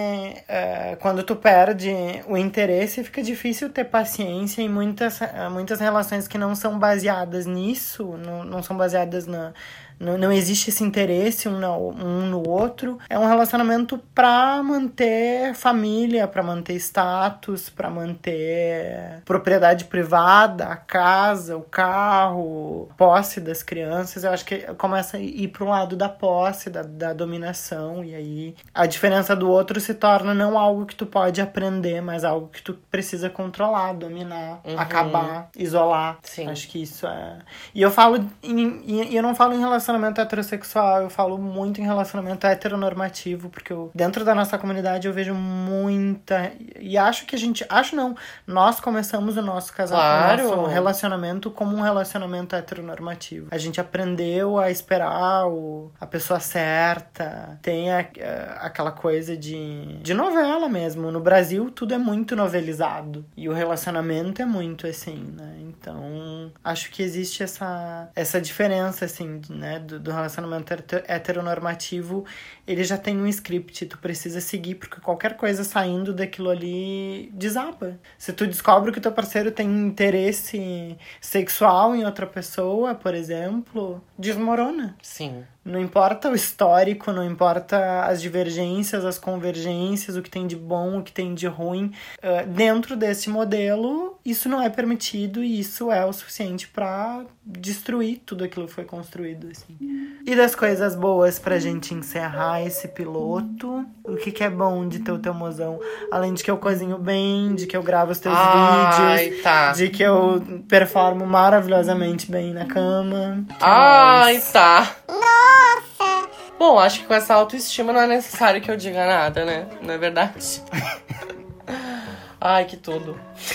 é, quando tu perde o interesse, fica difícil ter paciência em muitas, muitas relações que não são baseadas nisso, não, não são baseadas na... Não, não existe esse interesse um no, um no outro. É um relacionamento pra manter família, pra manter status, pra manter propriedade privada, a casa, o carro, posse das crianças. Eu acho que começa a ir pro lado da posse, da, da dominação. E aí a diferença do outro se torna não algo que tu pode aprender, mas algo que tu precisa controlar, dominar, uhum. acabar, isolar. Sim. Acho que isso é... E eu falo... E eu não falo em relação relacionamento heterossexual, eu falo muito em relacionamento heteronormativo, porque eu, dentro da nossa comunidade eu vejo muita... E acho que a gente... Acho não. Nós começamos o nosso casamento, claro. o nosso relacionamento como um relacionamento heteronormativo. A gente aprendeu a esperar o, a pessoa certa. Tem a, a, aquela coisa de, de novela mesmo. No Brasil, tudo é muito novelizado. E o relacionamento é muito assim, né? Então, acho que existe essa, essa diferença, assim, né? Do, do relacionamento heteronormativo, ele já tem um script, tu precisa seguir, porque qualquer coisa saindo daquilo ali desaba. Se tu descobre que teu parceiro tem interesse sexual em outra pessoa, por exemplo, desmorona. Sim. Não importa o histórico, não importa as divergências, as convergências, o que tem de bom, o que tem de ruim. Uh, dentro desse modelo, isso não é permitido e isso é o suficiente para destruir tudo aquilo que foi construído, assim. E das coisas boas pra gente encerrar esse piloto, o que que é bom de ter o teu mozão? Além de que eu cozinho bem, de que eu gravo os teus Ai, vídeos, tá. de que eu performo maravilhosamente bem na cama. Ai, mais? tá. Bom, acho que com essa autoestima não é necessário que eu diga nada, né? Não é verdade? Ai, que tudo.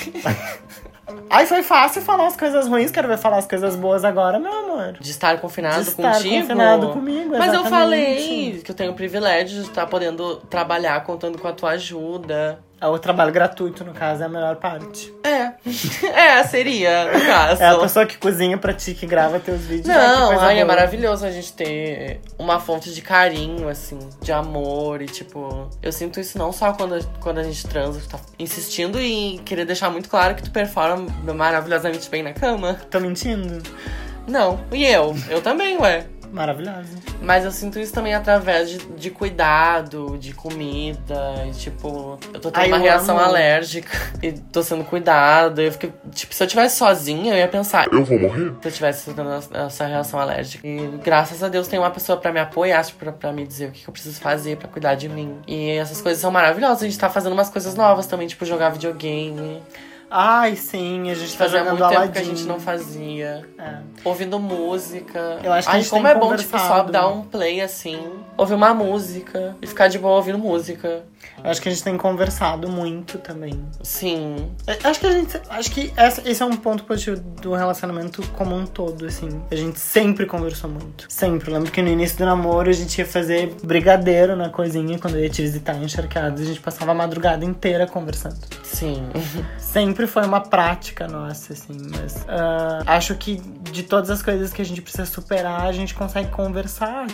Ai, foi fácil falar as coisas ruins, quero ver falar as coisas boas agora, meu amor. De estar confinado de estar contigo? confinado comigo, exatamente. Mas eu falei que eu tenho o privilégio de estar podendo trabalhar contando com a tua ajuda. O trabalho gratuito, no caso, é a melhor parte. É. É, seria, no caso. É a pessoa que cozinha pra ti, que grava teus vídeos. Não, ai, ai, boa. É maravilhoso a gente ter uma fonte de carinho, assim, de amor. E, tipo, eu sinto isso não só quando, quando a gente transa, tu tá insistindo em querer deixar muito claro que tu performa maravilhosamente bem na cama. Tô mentindo? Não. E eu? Eu também, ué. Maravilhosa. Mas eu sinto isso também através de, de cuidado, de comida. E, tipo, eu tô tendo Ai, uma reação amo. alérgica e tô sendo cuidada. Eu fiquei, tipo, se eu tivesse sozinha, eu ia pensar, eu vou morrer? Se eu tivesse tendo essa reação alérgica. E graças a Deus tem uma pessoa pra me apoiar, pra, pra me dizer o que eu preciso fazer pra cuidar de mim. E essas coisas são maravilhosas. A gente tá fazendo umas coisas novas também, tipo, jogar videogame. Ai, sim, a gente tá Fazia jogando muito tempo Aladdin. que a gente não fazia. É. Ouvindo música. Eu acho que Ai, a gente como tem é bom, tipo, conversado. só dar um play assim, ouvir uma música e ficar de boa ouvindo música. Eu acho que a gente tem conversado muito também. Sim. Eu acho que a gente. Acho que essa, esse é um ponto positivo do relacionamento como um todo, assim. A gente sempre conversou muito. Sempre. Eu lembro que no início do namoro a gente ia fazer brigadeiro na coisinha quando eu ia te visitar em Encharcados. A gente passava a madrugada inteira conversando. Sim. Sempre foi uma prática nossa, assim. Mas uh, acho que de todas as coisas que a gente precisa superar, a gente consegue conversar.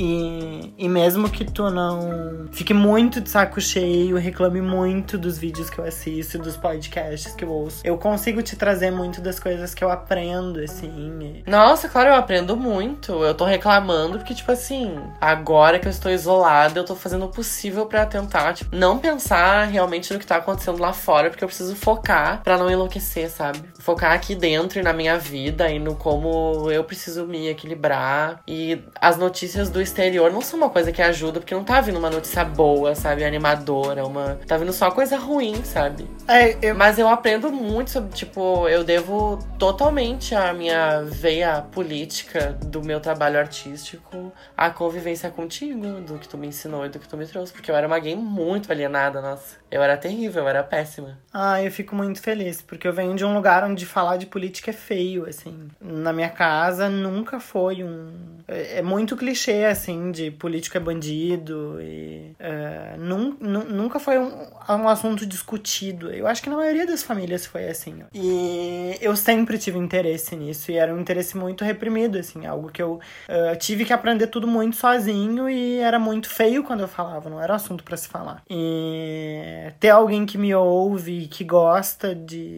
E, e mesmo que tu não fique muito de saco cheio, reclame muito dos vídeos que eu assisto, dos podcasts que eu ouço, eu consigo te trazer muito das coisas que eu aprendo, assim. Nossa, claro, eu aprendo muito. Eu tô reclamando porque, tipo assim, agora que eu estou isolada, eu tô fazendo o possível pra tentar, tipo, não pensar realmente no que tá acontecendo lá fora, porque eu preciso focar pra não enlouquecer, sabe? Focar aqui dentro e na minha vida e no como eu preciso me equilibrar. E as notícias do exterior não são uma coisa que ajuda, porque não tá vindo uma notícia boa, sabe? Animadora, uma... Tá vindo só coisa ruim, sabe? É, eu... Mas eu aprendo muito sobre, tipo, eu devo totalmente a minha veia política do meu trabalho artístico à convivência contigo, do que tu me ensinou e do que tu me trouxe. Porque eu era uma gay muito alienada, nossa. Eu era terrível, eu era péssima. Ah, eu fico muito feliz, porque eu venho de um lugar onde falar de política é feio, assim. Na minha casa nunca foi um... É muito clichê, assim, de político é bandido e... É, num, num, nunca foi um, um assunto discutido. Eu acho que na maioria das famílias foi assim. Ó. E eu sempre tive interesse nisso, e era um interesse muito reprimido, assim. Algo que eu uh, tive que aprender tudo muito sozinho, e era muito feio quando eu falava, não era assunto pra se falar. E... ter alguém que me ouve, que gosta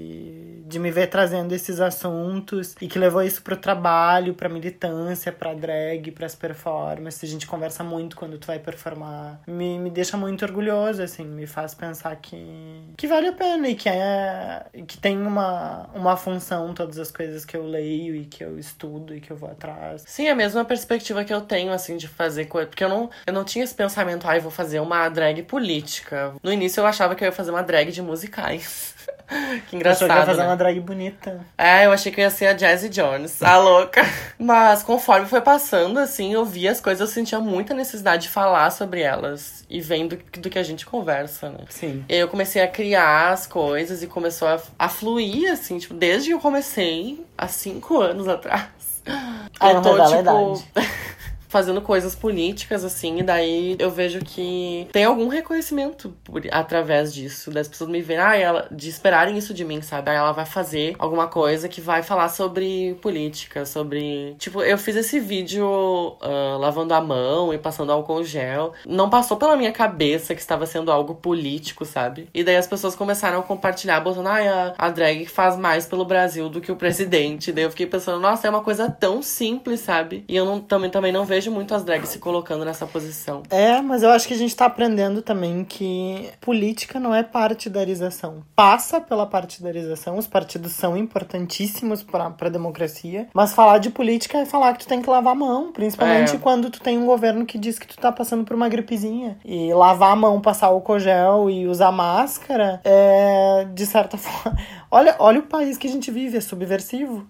de, de me ver trazendo esses assuntos e que levou isso pro trabalho, pra militância, pra drag, pras performances. A gente conversa muito quando tu vai performar. Me, me deixa muito orgulhoso, assim, me faz pensar que, que vale a pena e que, é, que tem uma, uma função todas as coisas que eu leio e que eu estudo e que eu vou atrás. Sim, é a mesma perspectiva que eu tenho, assim, de fazer coisa. Porque eu não, eu não tinha esse pensamento, ai, ah, vou fazer uma drag política. No início eu achava que eu ia fazer uma drag de musicais. Que engraçado, eu achei que ia fazer né? uma drag bonita. É, eu achei que eu ia ser a Jazzy Jones, a louca. Mas conforme foi passando, assim, eu via as coisas, eu sentia muita necessidade de falar sobre elas. E vendo do que a gente conversa, né? Sim. E aí eu comecei a criar as coisas e começou a, a fluir, assim, tipo, desde que eu comecei, há cinco anos atrás. Ah, eu tô, não tipo... fazendo coisas políticas, assim, e daí eu vejo que tem algum reconhecimento por, através disso, das pessoas me verem, ah, ela, de esperarem isso de mim, sabe? Aí ela vai fazer alguma coisa que vai falar sobre política, sobre... Tipo, eu fiz esse vídeo uh, lavando a mão e passando álcool gel. Não passou pela minha cabeça que estava sendo algo político, sabe? E daí as pessoas começaram a compartilhar, botando, ah, a, a drag faz mais pelo Brasil do que o presidente. Daí eu fiquei pensando, nossa, é uma coisa tão simples, sabe? E eu não, também, também não vejo muito as drags se colocando nessa posição. É, mas eu acho que a gente tá aprendendo também que política não é partidarização. Passa pela partidarização, os partidos são importantíssimos pra, pra democracia, mas falar de política é falar que tu tem que lavar a mão, principalmente é. quando tu tem um governo que diz que tu tá passando por uma gripezinha. E lavar a mão, passar álcool gel e usar máscara é, de certa forma... Olha, olha o país que a gente vive, é subversivo.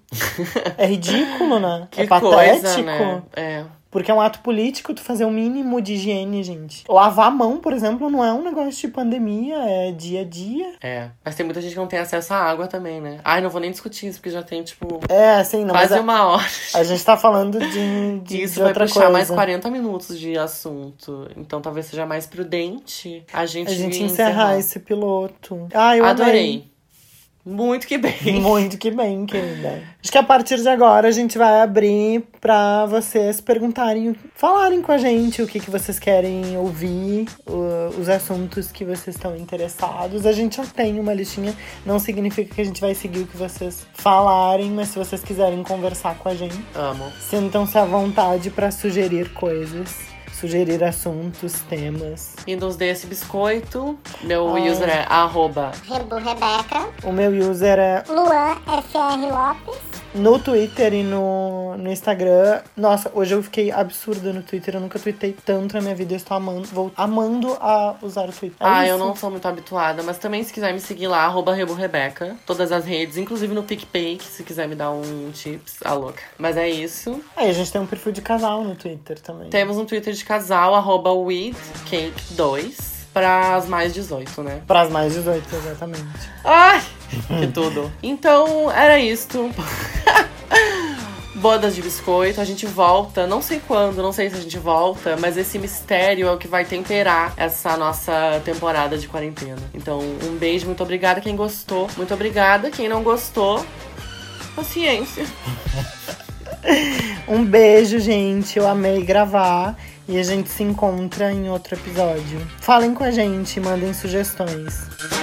É ridículo, né? Que é patético. Coisa, né? É. Porque é um ato político tu fazer o mínimo de higiene, gente. Lavar a mão, por exemplo, não é um negócio de pandemia, é dia a dia. É, mas tem muita gente que não tem acesso à água também, né? Ai, não vou nem discutir isso, porque já tem, tipo... É, assim, não, quase mas a, uma hora. A gente tá falando de, de, isso de vai outra puxar coisa. mais quarenta minutos de assunto. Então talvez seja mais prudente a gente A gente encerrar, encerrar esse piloto. Ah, eu Adorei. amei. Muito que bem. Muito que bem, querida. Acho que a partir de agora a gente vai abrir pra vocês perguntarem, falarem com a gente o que, que vocês querem ouvir, o, os assuntos que vocês estão interessados. A gente já tem uma listinha, não significa que a gente vai seguir o que vocês falarem, mas se vocês quiserem conversar com a gente, amo. Sintam-se à vontade pra sugerir coisas. Sugerir assuntos, temas. E nos dê esse biscoito. Meu ah. user é arroba Rebu Rebeca. O meu user é Luan F R Lopes. no Twitter e no, no Instagram. Nossa, hoje eu fiquei absurda no Twitter. Eu nunca tuitei tanto na minha vida. Eu estou amando, vou amando a usar o Twitter. É ah, isso. eu não sou muito habituada, mas também se quiser me seguir lá, arroba ReboRebeca, todas as redes, inclusive no PicPay, que se quiser me dar um tips, a louca. Mas é isso. Aí a gente tem um perfil de casal no Twitter também. Temos um Twitter de casal, arroba withcake dois, para as mais dezoito, né? Para as mais dezoito, exatamente. Ai, que tudo. Então, era isto. Bodas de biscoito, a gente volta, não sei quando, não sei se a gente volta, mas esse mistério é o que vai temperar essa nossa temporada de quarentena. Então, um beijo, muito obrigada quem gostou, muito obrigada quem não gostou, paciência. Um beijo, gente, eu amei gravar e a gente se encontra em outro episódio. Falem com a gente, mandem sugestões.